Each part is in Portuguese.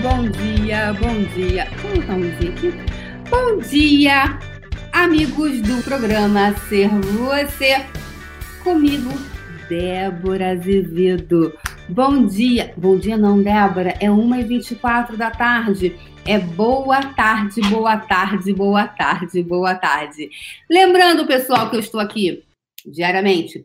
bom dia, bom dia. Vou botar uma música aqui. Bom dia, amigos do programa Ser Você. Comigo, Débora Azevedo. Bom dia. Bom dia não, Débora. É 1h24 da tarde. É boa tarde, boa tarde, boa tarde, boa tarde. Lembrando, pessoal, que eu estou aqui diariamente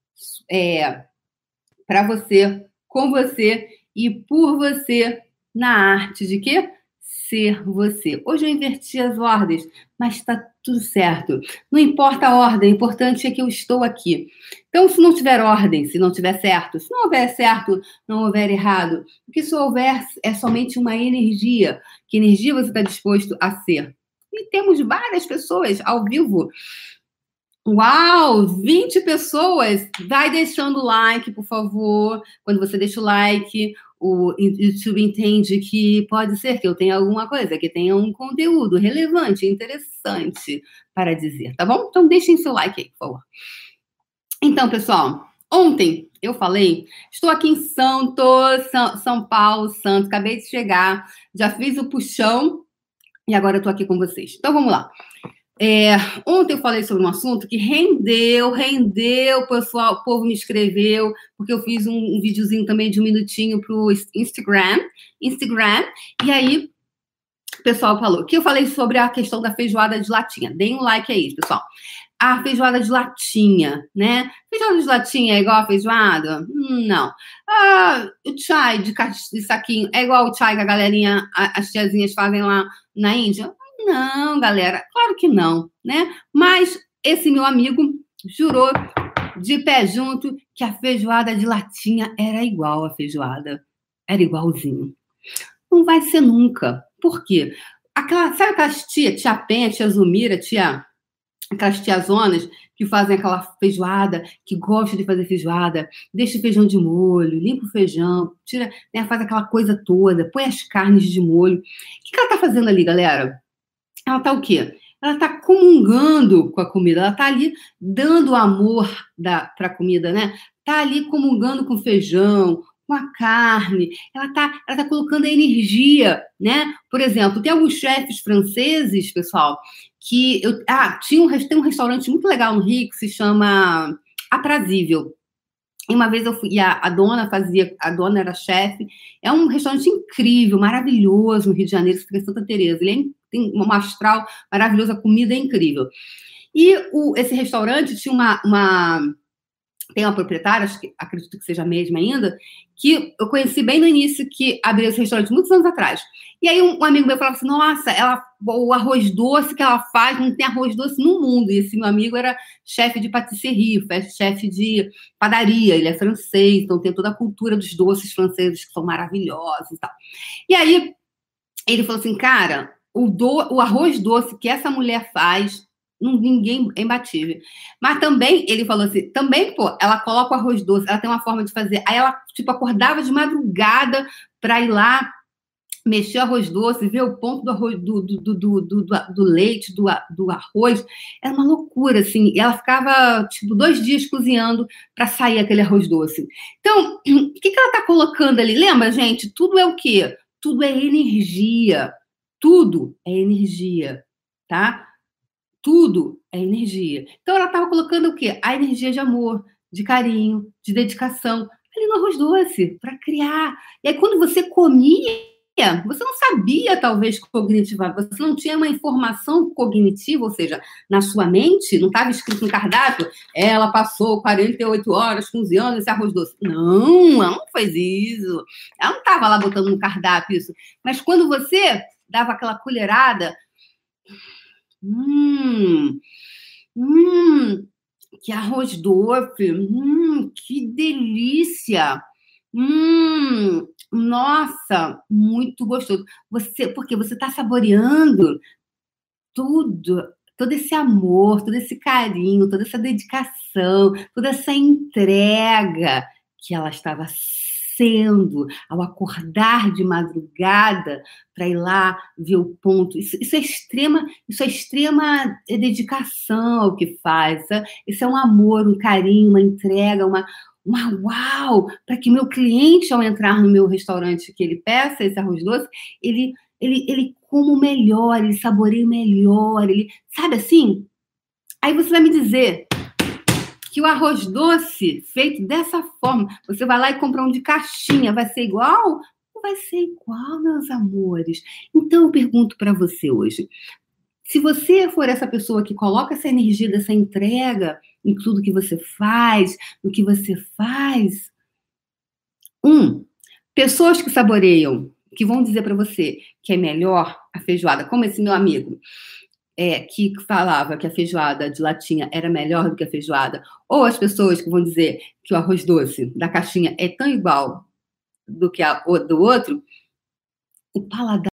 para você, com você e por você na arte de quê? Ser você. Hoje eu inverti as ordens, mas está tudo certo. Não importa a ordem, o importante é que eu estou aqui. Então, se não tiver ordem, se não tiver certo, se não houver certo, não houver errado, o que se houver é somente uma energia. Que energia você está disposto a ser? E temos várias pessoas ao vivo. Uau, 20 pessoas. Vai deixando o like, por favor. Quando você deixa o like, o YouTube entende que pode ser que eu tenha alguma coisa, que tenha um conteúdo relevante, interessante para dizer, tá bom? Então deixem seu like aí, por favor. Então, pessoal, ontem eu falei, estou aqui em São Paulo, Santos, acabei de chegar, já fiz o puxão e agora eu tô aqui com vocês. Então, vamos lá. Ontem eu falei sobre um assunto que rendeu, pessoal, o povo me escreveu, porque eu fiz um videozinho também de 1 minutinho pro Instagram, e aí o pessoal falou, que eu falei sobre a questão da feijoada de latinha. Deem um like aí, pessoal. A feijoada de latinha, né? Feijoada de latinha é igual a feijoada? Não. O chai de saquinho é igual o chai que a galerinha, as tiazinhas fazem lá na Índia? Não, galera, claro que não, né? Mas esse meu amigo jurou de pé junto que a feijoada de latinha era igual a feijoada. Era igualzinho. Não vai ser nunca. Por quê? Sabe aquelas tia Penha, tia Zumira, aquelas tiazonas que fazem aquela feijoada, que gostam de fazer feijoada, deixa o feijão de molho, limpa o feijão, tira, né, faz aquela coisa toda, põe as carnes de molho. O que ela tá fazendo ali, galera? Ela tá o quê? Ela tá comungando com a comida, ela tá ali dando amor pra comida, né? Tá ali comungando com o feijão, com a carne, ela tá colocando a energia, né? Por exemplo, tem alguns chefes franceses, pessoal, que tem um restaurante muito legal no Rio que se chama Aprazível. E uma vez eu fui, e a dona era chefe, é um restaurante incrível, maravilhoso no Rio de Janeiro, que fica em Santa Teresa. Ele tem um astral maravilhoso, a comida é incrível. E esse restaurante tinha tem uma proprietária, acredito que seja a mesma ainda, que eu conheci bem no início, que abriu esse restaurante muitos anos atrás. E aí um amigo meu falava assim, nossa, o arroz doce que ela faz, não tem arroz doce no mundo. E esse meu amigo era chefe de patisserie, chefe de padaria, ele é francês, então tem toda a cultura dos doces franceses que são maravilhosos e tal. E aí ele falou assim, cara, o arroz doce que essa mulher faz, ninguém é imbatível. Mas também, ele falou assim, ela coloca o arroz doce, ela tem uma forma de fazer. Aí ela, acordava de madrugada para ir lá, mexer o arroz doce, ver o ponto do arroz, do leite, do arroz. Era uma loucura, assim. E ela ficava, 2 dias cozinhando para sair aquele arroz doce. Então, o que ela tá colocando ali? Lembra, gente? Tudo é o quê? Tudo é energia. Tudo é energia, tá? Tudo é energia. Então, ela estava colocando o quê? A energia de amor, de carinho, de dedicação, ali no arroz doce, para criar. E aí, quando você comia, você não sabia, talvez, cognitivamente, você não tinha uma informação cognitiva, ou seja, na sua mente, não estava escrito no cardápio, ela passou 48 horas cozinhando esse arroz doce. Não, ela não fez isso. Ela não estava lá botando no cardápio isso. Mas quando você dava aquela colherada, que arroz doce, que delícia, nossa, muito gostoso. Porque você está saboreando todo esse amor, todo esse carinho, toda essa dedicação, toda essa entrega que ela estava sendo ao acordar de madrugada para ir lá ver o ponto. Isso é extrema dedicação ao que faz. Isso é um amor, um carinho, uma entrega, uau, para que o meu cliente, ao entrar no meu restaurante, que ele peça esse arroz doce, ele coma melhor, ele saboreie melhor, ele, sabe assim? Aí você vai me dizer que o arroz doce, feito dessa forma, você vai lá e compra um de caixinha, vai ser igual? Não vai ser igual, meus amores. Então, eu pergunto para você hoje, se você for essa pessoa que coloca essa energia dessa entrega em tudo que você faz, no que você faz, pessoas que saboreiam, que vão dizer para você que é melhor a feijoada, como esse meu amigo, que falava que a feijoada de latinha era melhor do que a feijoada, ou as pessoas que vão dizer que o arroz doce da caixinha é tão igual do que do outro, o paladar